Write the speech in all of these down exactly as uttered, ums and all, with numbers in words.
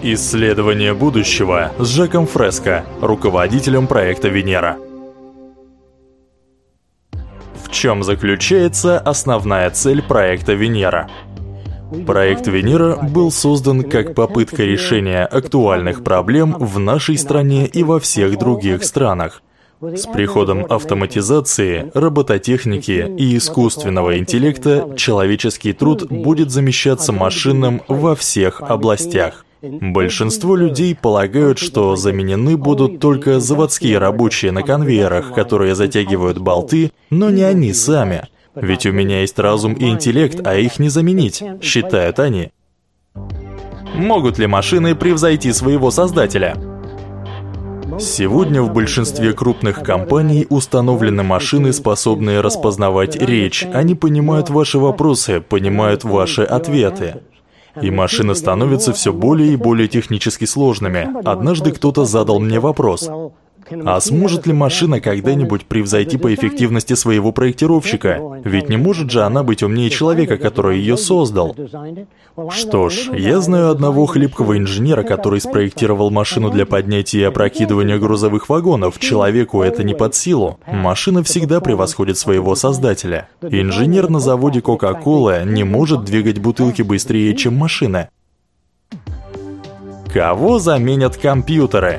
Исследование будущего с Жаком Фреско, руководителем проекта Венера. В чем заключается основная цель проекта Венера? Проект Венера был создан как попытка решения актуальных проблем в нашей стране и во всех других странах. С приходом автоматизации, робототехники и искусственного интеллекта человеческий труд будет замещаться машинным во всех областях. Большинство людей полагают, что заменены будут только заводские рабочие на конвейерах, которые затягивают болты, но не они сами. Ведь у меня есть разум и интеллект, а их не заменить, считают они. Могут ли машины превзойти своего создателя? Сегодня в большинстве крупных компаний установлены машины, способные распознавать речь. Они понимают ваши вопросы, понимают ваши ответы. И машины становятся все более и более технически сложными. Однажды кто-то задал мне вопрос: а сможет ли машина когда-нибудь превзойти по эффективности своего проектировщика? Ведь не может же она быть умнее человека, который ее создал. Что ж, я знаю одного хлипкого инженера, который спроектировал машину для поднятия и опрокидывания грузовых вагонов. Человеку это не под силу. Машина всегда превосходит своего создателя. Инженер на заводе Coca-Cola не может двигать бутылки быстрее, чем машина. Кого заменят компьютеры?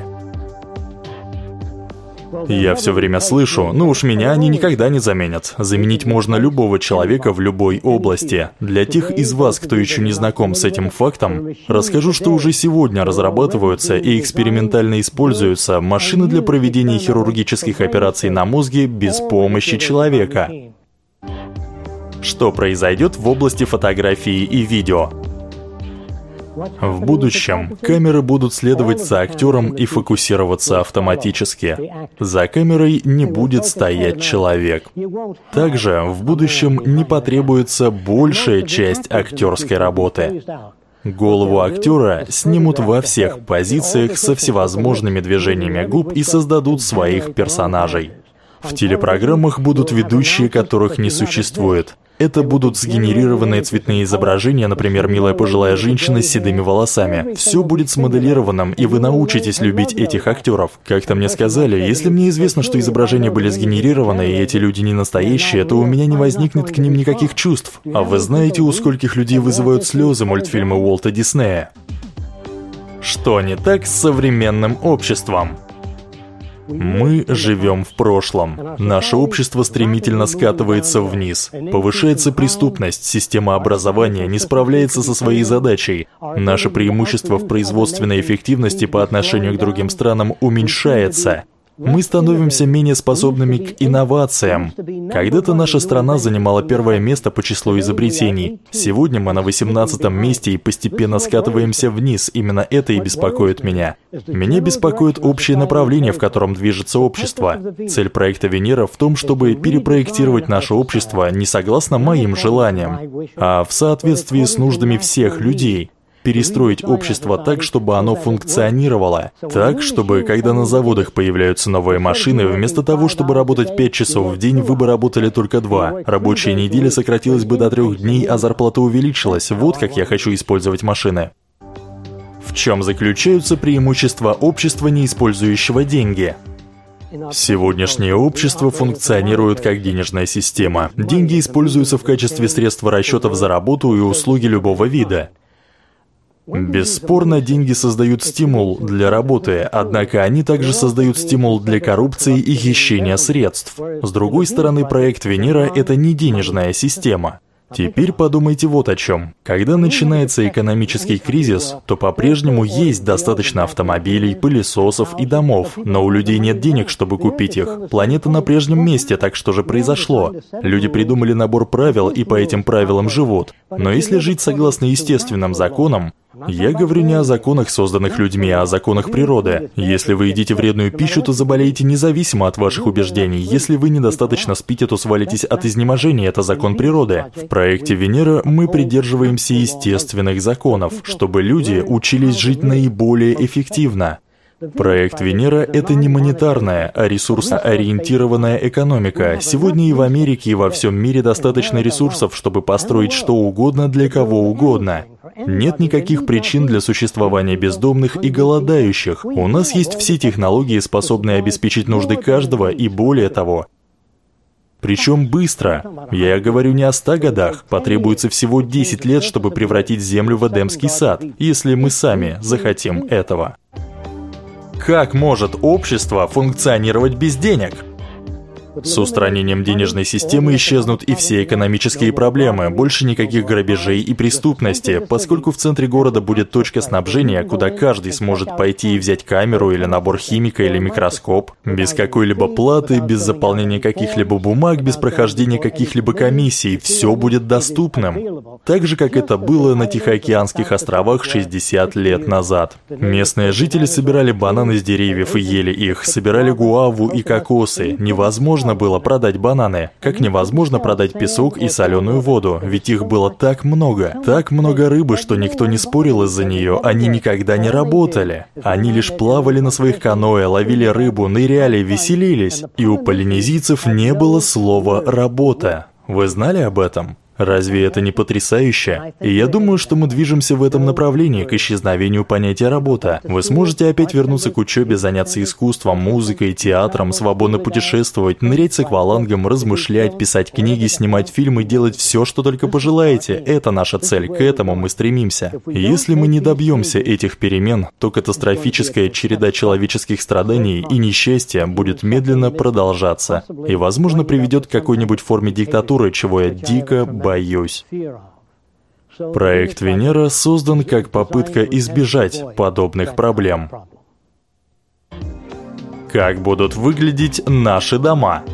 Я все время слышу: ну уж меня они никогда не заменят. Заменить можно любого человека в любой области. Для тех из вас, кто еще не знаком с этим фактом, расскажу, что уже сегодня разрабатываются и экспериментально используются машины для проведения хирургических операций на мозге без помощи человека. Что произойдет в области фотографии и видео? В будущем камеры будут следовать за актером и фокусироваться автоматически. За камерой не будет стоять человек. Также в будущем не потребуется большая часть актерской работы. Голову актера снимут во всех позициях со всевозможными движениями губ и создадут своих персонажей. В телепрограммах будут ведущие, которых не существует. Это будут сгенерированные цветные изображения, например, милая пожилая женщина с седыми волосами. Все будет смоделированным, и вы научитесь любить этих актеров. Как-то мне сказали: если мне известно, что изображения были сгенерированы, и эти люди не настоящие, то у меня не возникнет к ним никаких чувств. А вы знаете, у скольких людей вызывают слезы мультфильмы Уолта Диснея? Что не так с современным обществом? Мы живем в прошлом. Наше общество стремительно скатывается вниз. Повышается преступность, система образования не справляется со своей задачей. Наше преимущество в производственной эффективности по отношению к другим странам уменьшается. Мы становимся менее способными к инновациям. Когда-то наша страна занимала первое место по числу изобретений. Сегодня мы на восемнадцатом месте и постепенно скатываемся вниз. Именно это и беспокоит меня. Меня беспокоит общее направление, в котором движется общество. Цель проекта Венера в том, чтобы перепроектировать наше общество не согласно моим желаниям, а в соответствии с нуждами всех людей. Перестроить общество так, чтобы оно функционировало. Так, чтобы, когда на заводах появляются новые машины, вместо того, чтобы работать пять часов в день, вы бы работали только два. Рабочая неделя сократилась бы до трех дней, а зарплата увеличилась. Вот как я хочу использовать машины. В чем заключаются преимущества общества, не использующего деньги? Сегодняшнее общество функционирует как денежная система. Деньги используются в качестве средства расчетов за работу и услуги любого вида. Бесспорно, деньги создают стимул для работы, однако они также создают стимул для коррупции и хищения средств. С другой стороны, проект Венера — это не денежная система. Теперь подумайте вот о чем. Когда начинается экономический кризис, то по-прежнему есть достаточно автомобилей, пылесосов и домов, но у людей нет денег, чтобы купить их. Планета на прежнем месте, так что же произошло? Люди придумали набор правил и по этим правилам живут. Но если жить согласно естественным законам, я говорю не о законах, созданных людьми, а о законах природы. Если вы едите вредную пищу, то заболеете независимо от ваших убеждений. Если вы недостаточно спите, то свалитесь от изнеможения. Это закон природы. В проекте Венера мы придерживаемся естественных законов, чтобы люди учились жить наиболее эффективно. Проект Венера — это не монетарная, а ресурсно-ориентированная экономика. Сегодня и в Америке, и во всем мире достаточно ресурсов, чтобы построить что угодно для кого угодно. Нет никаких причин для существования бездомных и голодающих. У нас есть все технологии, способные обеспечить нужды каждого, и более того. Причем быстро. Я говорю не о ста годах. Потребуется всего десять лет, чтобы превратить Землю в Эдемский сад, если мы сами захотим этого. Как может общество функционировать без денег? С устранением денежной системы исчезнут и все экономические проблемы, больше никаких грабежей и преступности, поскольку в центре города будет точка снабжения, куда каждый сможет пойти и взять камеру или набор химика или микроскоп, без какой-либо платы, без заполнения каких-либо бумаг, без прохождения каких-либо комиссий, все будет доступным. Так же, как это было на Тихоокеанских островах шестьдесят лет назад. Местные жители собирали бананы с деревьев и ели их, собирали гуаву и кокосы. Невозможно было продать бананы, как невозможно продать песок и соленую воду, ведь их было так много. Так много рыбы, что никто не спорил из-за нее, они никогда не работали. Они лишь плавали на своих каноэ, ловили рыбу, ныряли, веселились. И у полинезийцев не было слова «работа». Вы знали об этом? Разве это не потрясающе? И я думаю, что мы движемся в этом направлении, к исчезновению понятия «работа». Вы сможете опять вернуться к учебе, заняться искусством, музыкой, театром, свободно путешествовать, нырять с аквалангом, размышлять, писать книги, снимать фильмы, делать все, что только пожелаете. Это наша цель, к этому мы стремимся. Если мы не добьемся этих перемен, то катастрофическая череда человеческих страданий и несчастья будет медленно продолжаться и, возможно, приведет к какой-нибудь форме диктатуры, чего я дико боюсь. Проект Венера создан как попытка избежать подобных проблем. Как будут выглядеть наши дома?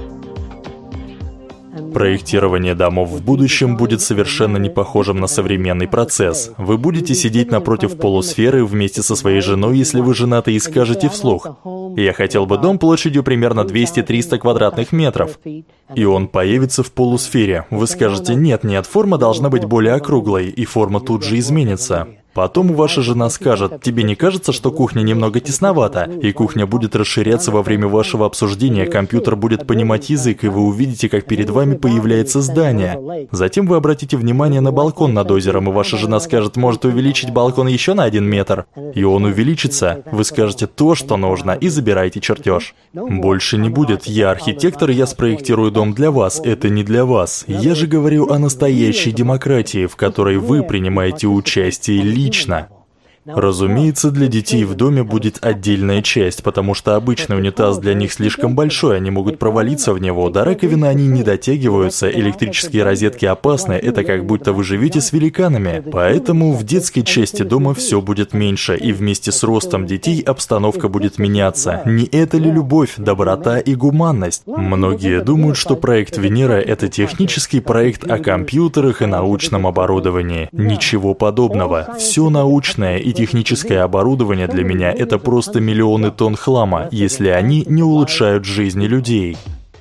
Проектирование домов в будущем будет совершенно не похожим на современный процесс. Вы будете сидеть напротив полусферы вместе со своей женой, если вы женаты, и скажете вслух: «Я хотел бы дом площадью примерно двести-триста квадратных метров». И он появится в полусфере. Вы скажете: «Нет, нет, форма должна быть более округлой», и форма тут же изменится. Потом ваша жена скажет: «Тебе не кажется, что кухня немного тесновата?» И кухня будет расширяться во время вашего обсуждения, компьютер будет понимать язык, и вы увидите, как перед вами появляется здание. Затем вы обратите внимание на балкон над озером, и ваша жена скажет: «Может увеличить балкон еще на один метр?» И он увеличится. Вы скажете: «То, что нужно», и забирайте чертеж. Больше не будет: «Я архитектор, я спроектирую дом для вас». Это не для вас. Я же говорю о настоящей демократии, в которой вы принимаете участие лично. Разумеется, для детей в доме будет отдельная часть, потому что обычный унитаз для них слишком большой, они могут провалиться в него, до раковины они не дотягиваются, электрические розетки опасны, это как будто вы живете с великанами. Поэтому в детской части дома все будет меньше, и вместе с ростом детей обстановка будет меняться. Не это ли любовь, доброта и гуманность? Многие думают, что проект Венера — это технический проект о компьютерах и научном оборудовании. Ничего подобного. Все научное и техническое оборудование для меня — это просто миллионы тонн хлама, если они не улучшают жизни людей.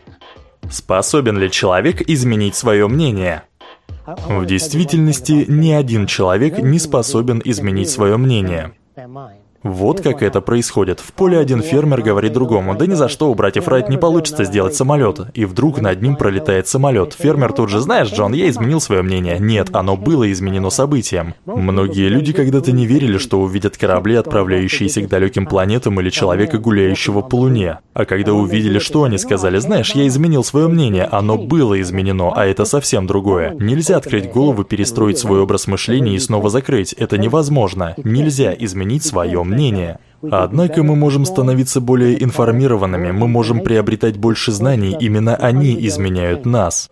Способен ли человек изменить свое мнение? В действительности, ни один человек не способен изменить свое мнение. Вот как это происходит. В поле один фермер говорит другому: «Да ни за что, у братьев Райт не получится сделать самолет». И вдруг над ним пролетает самолет. Фермер тут же: «Знаешь, Джон, я изменил свое мнение». Нет, оно было изменено событием. Многие люди когда-то не верили, что увидят корабли, отправляющиеся к далеким планетам, или человека, гуляющего по Луне. А когда увидели, что они сказали: «Знаешь, я изменил свое мнение». Оно было изменено, а это совсем другое. Нельзя открыть голову, перестроить свой образ мышления и снова закрыть. Это невозможно. Нельзя изменить свое мнение. мнение. Однако мы можем становиться более информированными, мы можем приобретать больше знаний, именно они изменяют нас.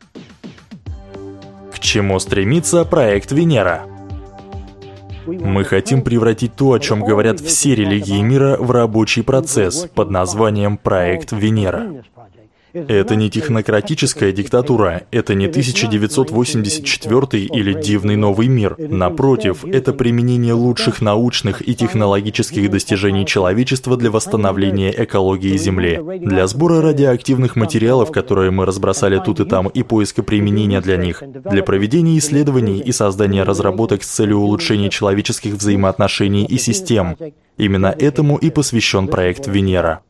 К чему стремится проект Венера? Мы хотим превратить то, о чем говорят все религии мира, в рабочий процесс под названием «Проект Венера». Это не технократическая диктатура, это не тысяча девятьсот восемьдесят четвёртый или дивный новый мир. Напротив, это применение лучших научных и технологических достижений человечества для восстановления экологии Земли. Для сбора радиоактивных материалов, которые мы разбросали тут и там, и поиска применения для них, для проведения исследований и создания разработок с целью улучшения человеческих взаимоотношений и систем. Именно этому и посвящен проект Венера.